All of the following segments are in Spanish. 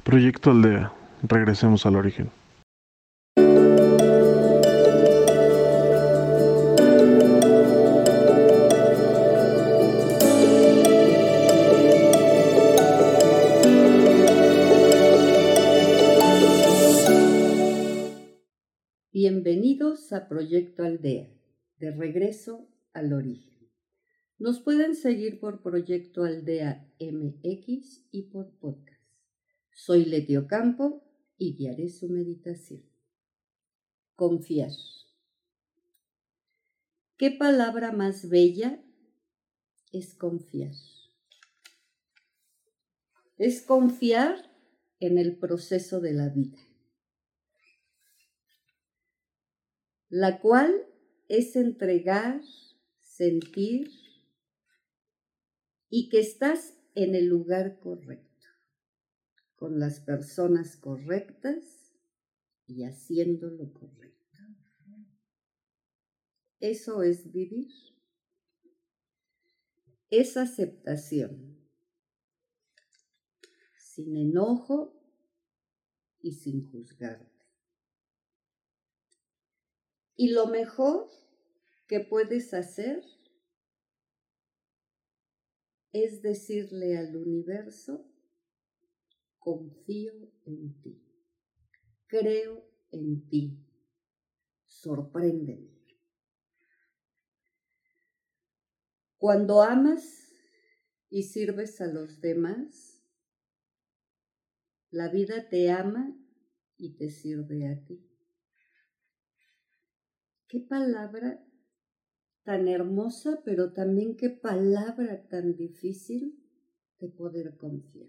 Proyecto Aldea. Regresemos al origen. Bienvenidos a Proyecto Aldea, de regreso al origen. Nos pueden seguir por Proyecto Aldea MX y por podcast. Soy Leti Ocampo y guiaré su meditación. Confiar. ¿Qué palabra más bella es confiar? Es confiar en el proceso de la vida, la cual es entregar, sentir y que estás en el lugar correcto, con las personas correctas y haciendo lo correcto. Eso es vivir. Es aceptación, sin enojo y sin juzgarte. Y lo mejor que puedes hacer es decirle al universo: confío en ti, creo en ti, sorpréndeme. Cuando amas y sirves a los demás, la vida te ama y te sirve a ti. Qué palabra tan hermosa, pero también qué palabra tan difícil de poder confiar.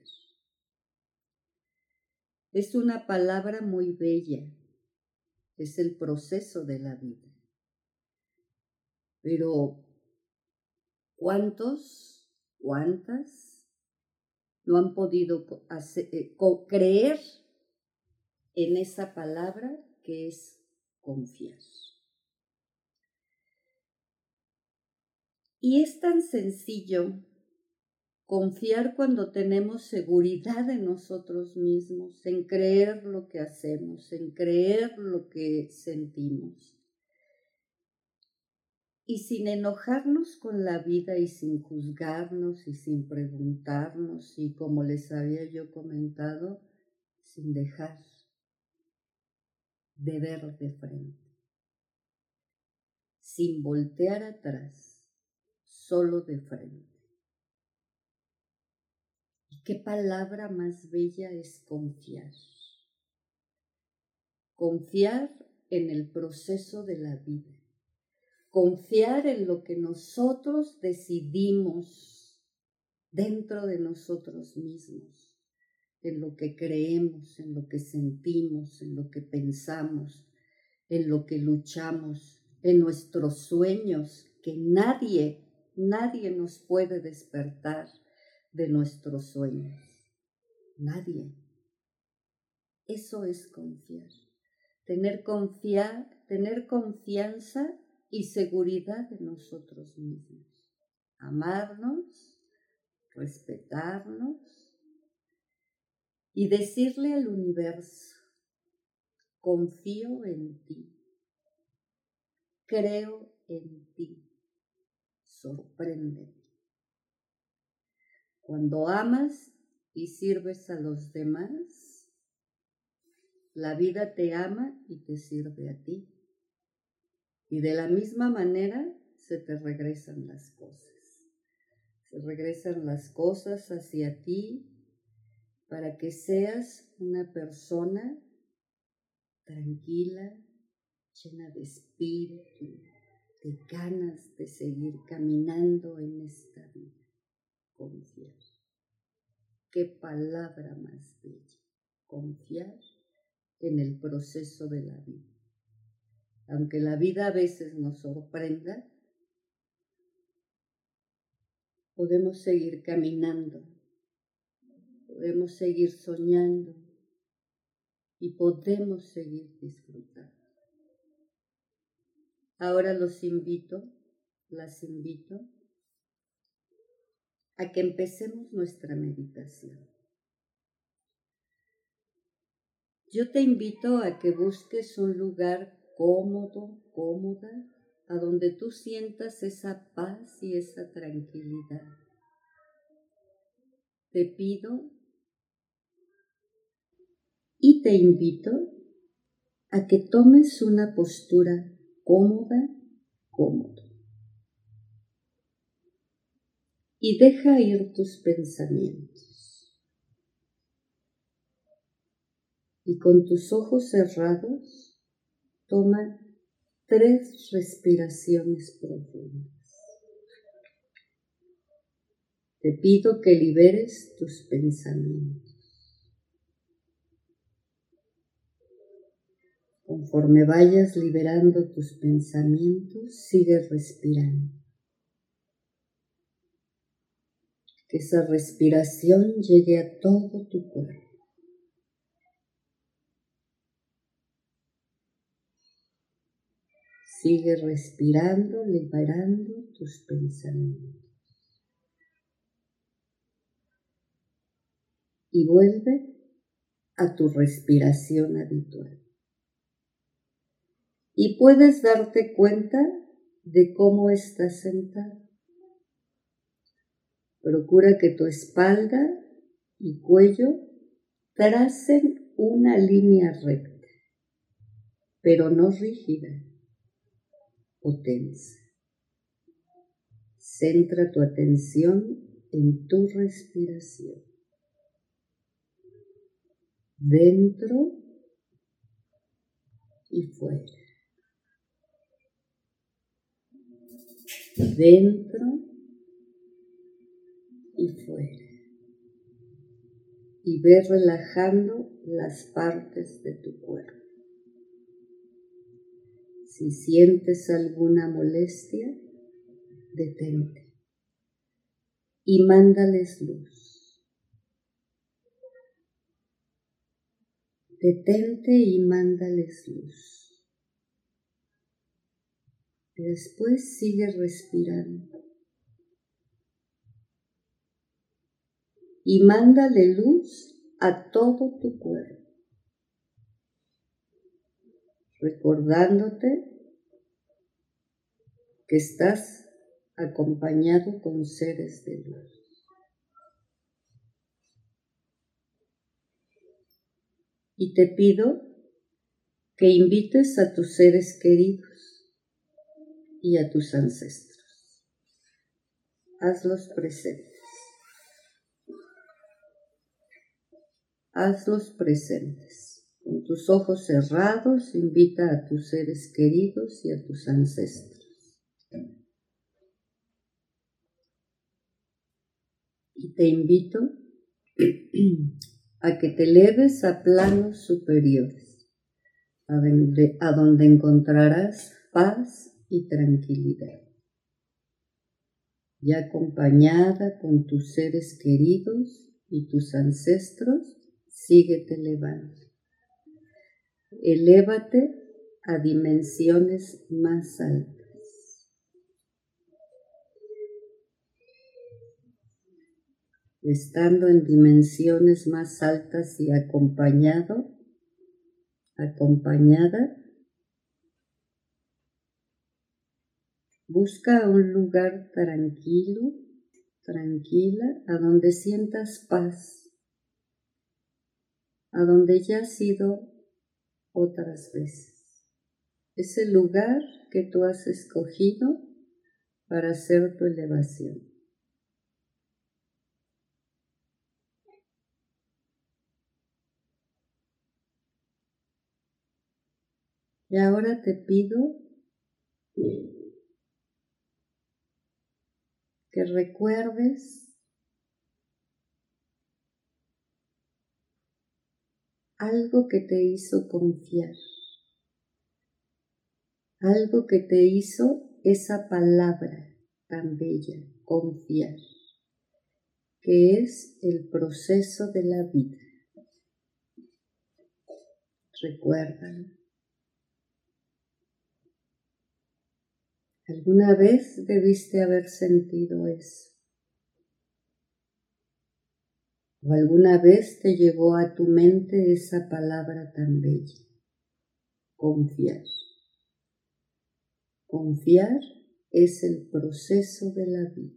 Es una palabra muy bella, es el proceso de la vida. Pero ¿cuántas no han podido creer en esa palabra que es confiar? Y es tan sencillo confiar cuando tenemos seguridad en nosotros mismos, en creer lo que hacemos, en creer lo que sentimos. Y sin enojarnos con la vida y sin juzgarnos y sin preguntarnos y, como les había yo comentado, sin dejar de ver de frente, sin voltear atrás, solo de frente. ¿Y qué palabra más bella es confiar? Confiar en el proceso de la vida. Confiar en lo que nosotros decidimos dentro de nosotros mismos, en lo que creemos, en lo que sentimos, en lo que pensamos, en lo que luchamos, en nuestros sueños, que nadie nos puede despertar de nuestros sueños. Nadie. Eso es confiar. Tener confianza y seguridad en nosotros mismos. Amarnos, respetarnos y decirle al universo: confío en ti, creo en ti, sorpréndeme. Cuando amas y sirves a los demás, la vida te ama y te sirve a ti. Y de la misma manera se te regresan las cosas. Se regresan las cosas hacia ti para que seas una persona tranquila, llena de espíritu, de ganas de seguir caminando en esta vida. Confiar. Qué palabra más bella. Confiar en el proceso de la vida. Aunque la vida a veces nos sorprenda, podemos seguir caminando, podemos seguir soñando y podemos seguir disfrutando. Ahora las invito a que empecemos nuestra meditación. Yo te invito a que busques un lugar cómodo, cómoda, a donde tú sientas esa paz y esa tranquilidad. Te pido y te invito a que tomes una postura cómoda, cómodo. Y deja ir tus pensamientos. Y con tus ojos cerrados, toma 3 respiraciones profundas. Te pido que liberes tus pensamientos. Conforme vayas liberando tus pensamientos, sigue respirando. Que esa respiración llegue a todo tu cuerpo. Sigue respirando, liberando tus pensamientos. Y vuelve a tu respiración habitual. Y puedes darte cuenta de cómo estás sentado. Procura que tu espalda y cuello tracen una línea recta, pero no rígida o tensa. Centra tu atención en tu respiración. Dentro y fuera. Dentro y fuera. Y ve relajando las partes de tu cuerpo. Si sientes alguna molestia, detente y mándales luz. Detente y mándales luz. Y después sigue respirando. Y mándale luz a todo tu cuerpo, recordándote que estás acompañado con seres de luz. Y te pido que invites a tus seres queridos y a tus ancestros. Hazlos presentes. Hazlos presentes. Con tus ojos cerrados, invita a tus seres queridos y a tus ancestros. Y te invito a que te eleves a planos superiores, a donde encontrarás paz y tranquilidad. Ya acompañada con tus seres queridos y tus ancestros, síguete elevando. Elévate a dimensiones más altas. Estando en dimensiones más altas y acompañada, busca un lugar tranquilo, tranquila, a donde sientas paz, a donde ya has ido otras veces. Ese lugar que tú has escogido para hacer tu elevación. Y ahora te pido que recuerdes algo que te hizo confiar, algo que te hizo esa palabra tan bella, confiar, que es el proceso de la vida. Recuérdalo. ¿Alguna vez debiste haber sentido eso? ¿O alguna vez te llegó a tu mente esa palabra tan bella? Confiar. Confiar es el proceso de la vida.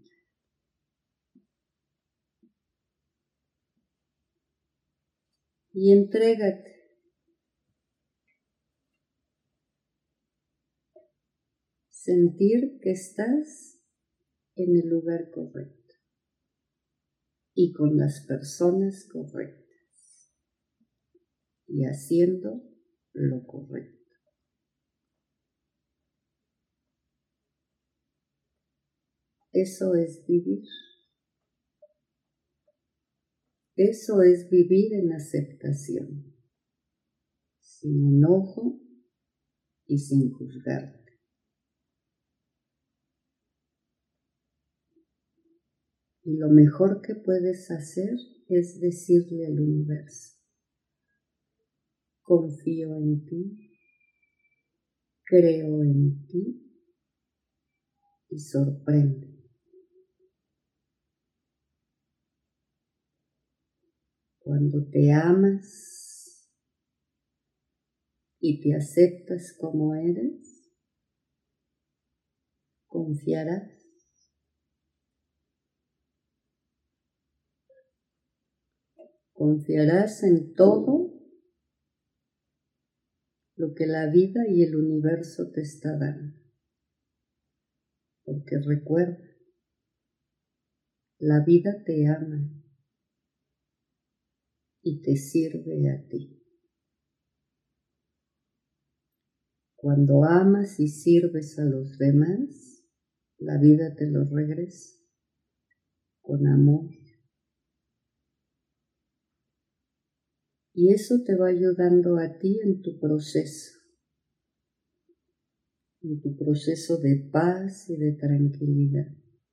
Y entrégate. Sentir que estás en el lugar correcto y con las personas correctas y haciendo lo correcto. Eso es vivir. Eso es vivir en aceptación, sin enojo y sin juzgarte. Y lo mejor que puedes hacer es decirle al universo: confío en ti, creo en ti y sorprende. Cuando te amas y te aceptas como eres, confiarás. Confiarás en todo lo que la vida y el universo te está dando. Porque recuerda, la vida te ama y te sirve a ti. Cuando amas y sirves a los demás, la vida te lo regresa con amor. Y eso te va ayudando a ti en tu proceso de paz y de tranquilidad.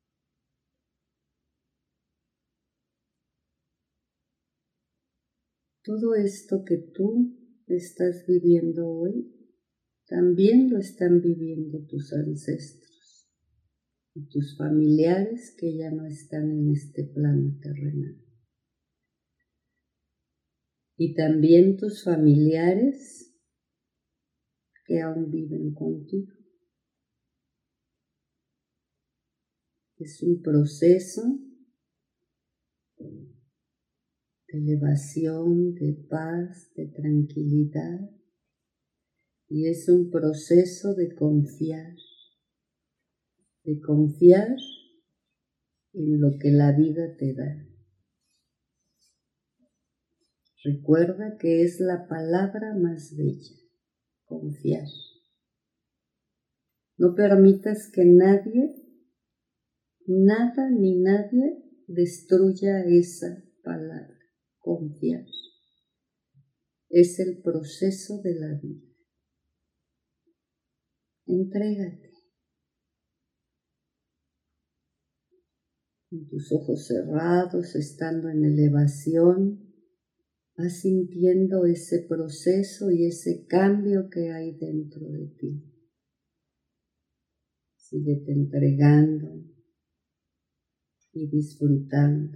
Todo esto que tú estás viviendo hoy, también lo están viviendo tus ancestros y tus familiares que ya no están en este plano terrenal. Y también tus familiares que aún viven contigo. Es un proceso de elevación, de paz, de tranquilidad, y es un proceso de confiar en lo que la vida te da. Recuerda que es la palabra más bella, confiar. No permitas que nadie, nada ni nadie destruya esa palabra, confiar. Es el proceso de la vida. Entrégate. Con tus ojos cerrados, estando en elevación, vas sintiendo ese proceso y ese cambio que hay dentro de ti. Síguete entregando y disfrutando.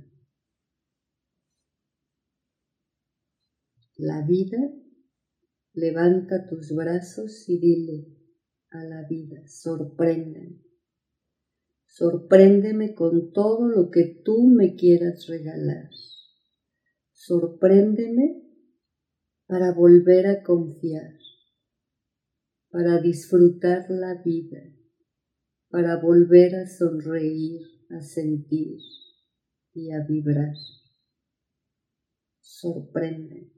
La vida, levanta tus brazos y dile a la vida: sorpréndeme. Sorpréndeme con todo lo que tú me quieras regalar. Sorpréndeme para volver a confiar, para disfrutar la vida, para volver a sonreír, a sentir y a vibrar. Sorpréndeme.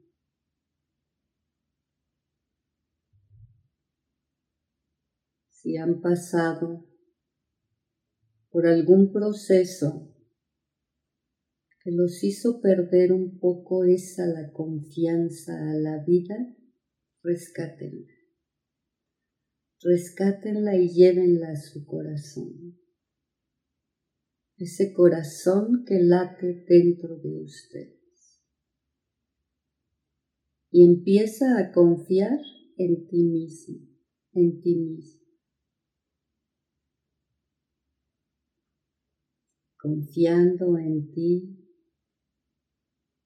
Si han pasado por algún proceso que los hizo perder un poco la confianza a la vida, rescátenla. Rescátenla y llévenla a su corazón. Ese corazón que late dentro de ustedes. Y empieza a confiar en ti mismo, en ti mismo. Confiando en ti,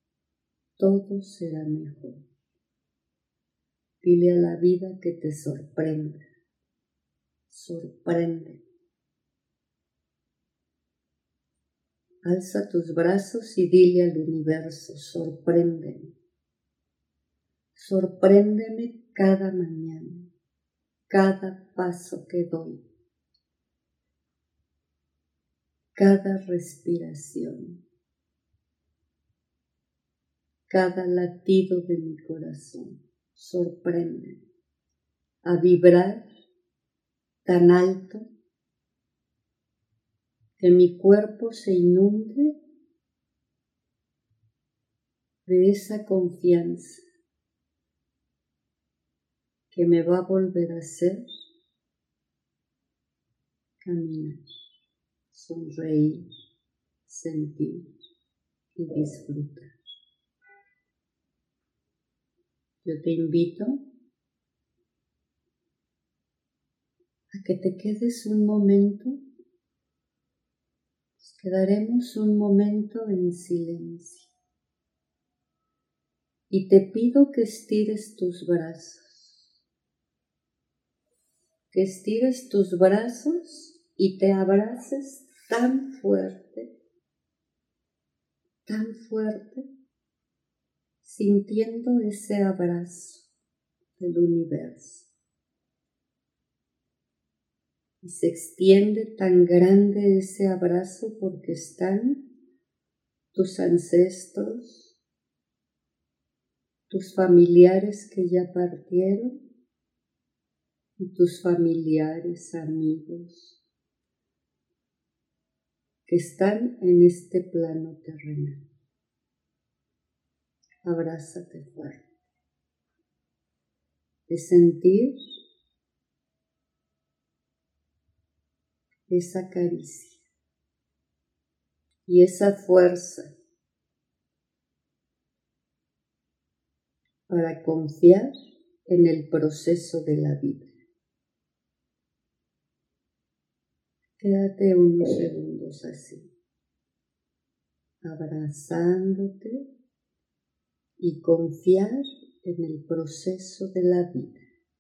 todo será mejor. Dile a la vida que te sorprenda. Sorprende. Alza tus brazos y dile al universo, sorpréndeme. Sorpréndeme cada mañana, cada paso que doy, cada respiración, cada latido de mi corazón. Sorpréndeme a vibrar tan alto que mi cuerpo se inunde de esa confianza que me va a volver a hacer caminar, sonreír, sentir y disfrutar. Yo te invito a que te quedes un momento, nos quedaremos un momento en silencio y te pido que estires tus brazos. Que estires tus brazos y te abraces tan fuerte, sintiendo ese abrazo del universo. Y se extiende tan grande ese abrazo porque están tus ancestros, tus familiares que ya partieron, y tus familiares, amigos, que están en este plano terrenal. Abrázate fuerte, de sentir esa caricia y esa fuerza para confiar en el proceso de la vida. Quédate unos segundos así, abrazándote y confiar en el proceso de la vida.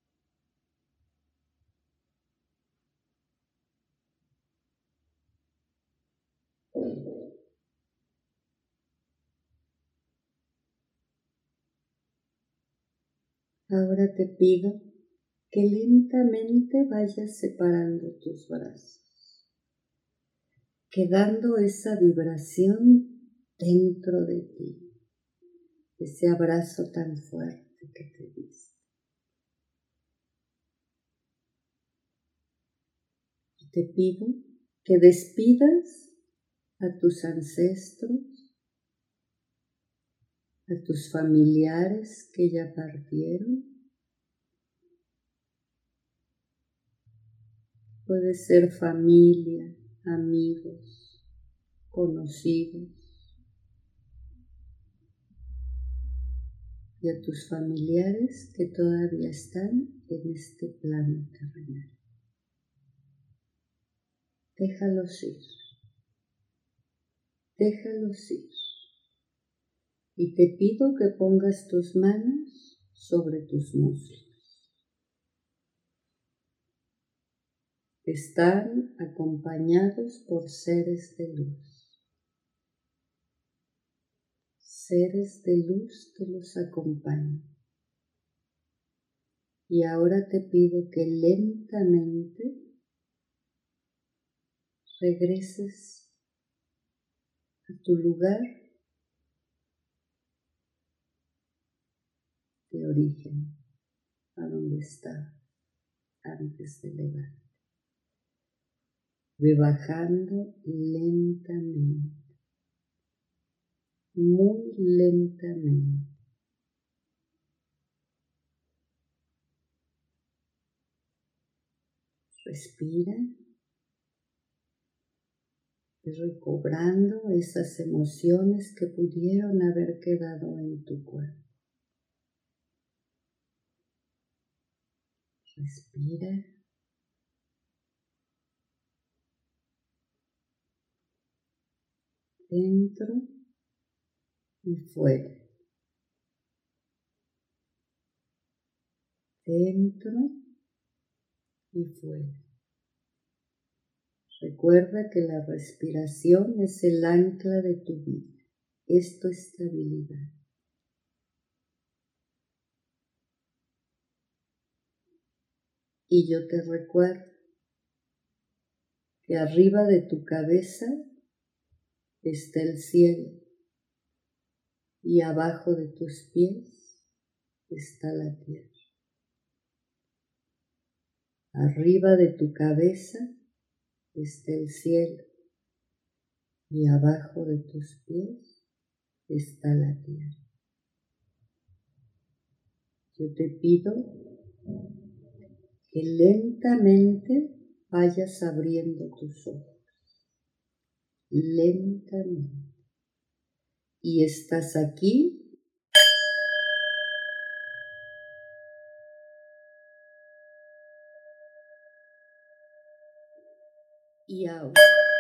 Ahora te pido que lentamente vayas separando tus brazos, quedando esa vibración dentro de ti, ese abrazo tan fuerte que te diste. Y te pido que despidas a tus ancestros, a tus familiares que ya partieron. Puede ser familia, amigos, conocidos. Y a tus familiares que todavía están en este plano terrenal. Déjalos ir. Déjalos ir. Y te pido que pongas tus manos sobre tus muslos. Están acompañados por seres de luz. Seres de luz que los acompañan. Y ahora te pido que lentamente regreses a tu lugar de origen, a donde estaba antes de elevar. Ve bajando lentamente, muy lentamente. Respira y recobrando esas emociones que pudieron haber quedado en tu cuerpo. Respira. Dentro y fuera. dentro y fuera. Recuerda que la respiración es el ancla de tu vida, es tu estabilidad. Y yo te recuerdo que arriba de tu cabeza está el cielo y abajo de tus pies está la tierra. Arriba de tu cabeza está el cielo y abajo de tus pies está la tierra. Yo te pido que lentamente vayas abriendo tus ojos, lentamente. Y estás aquí y ahora.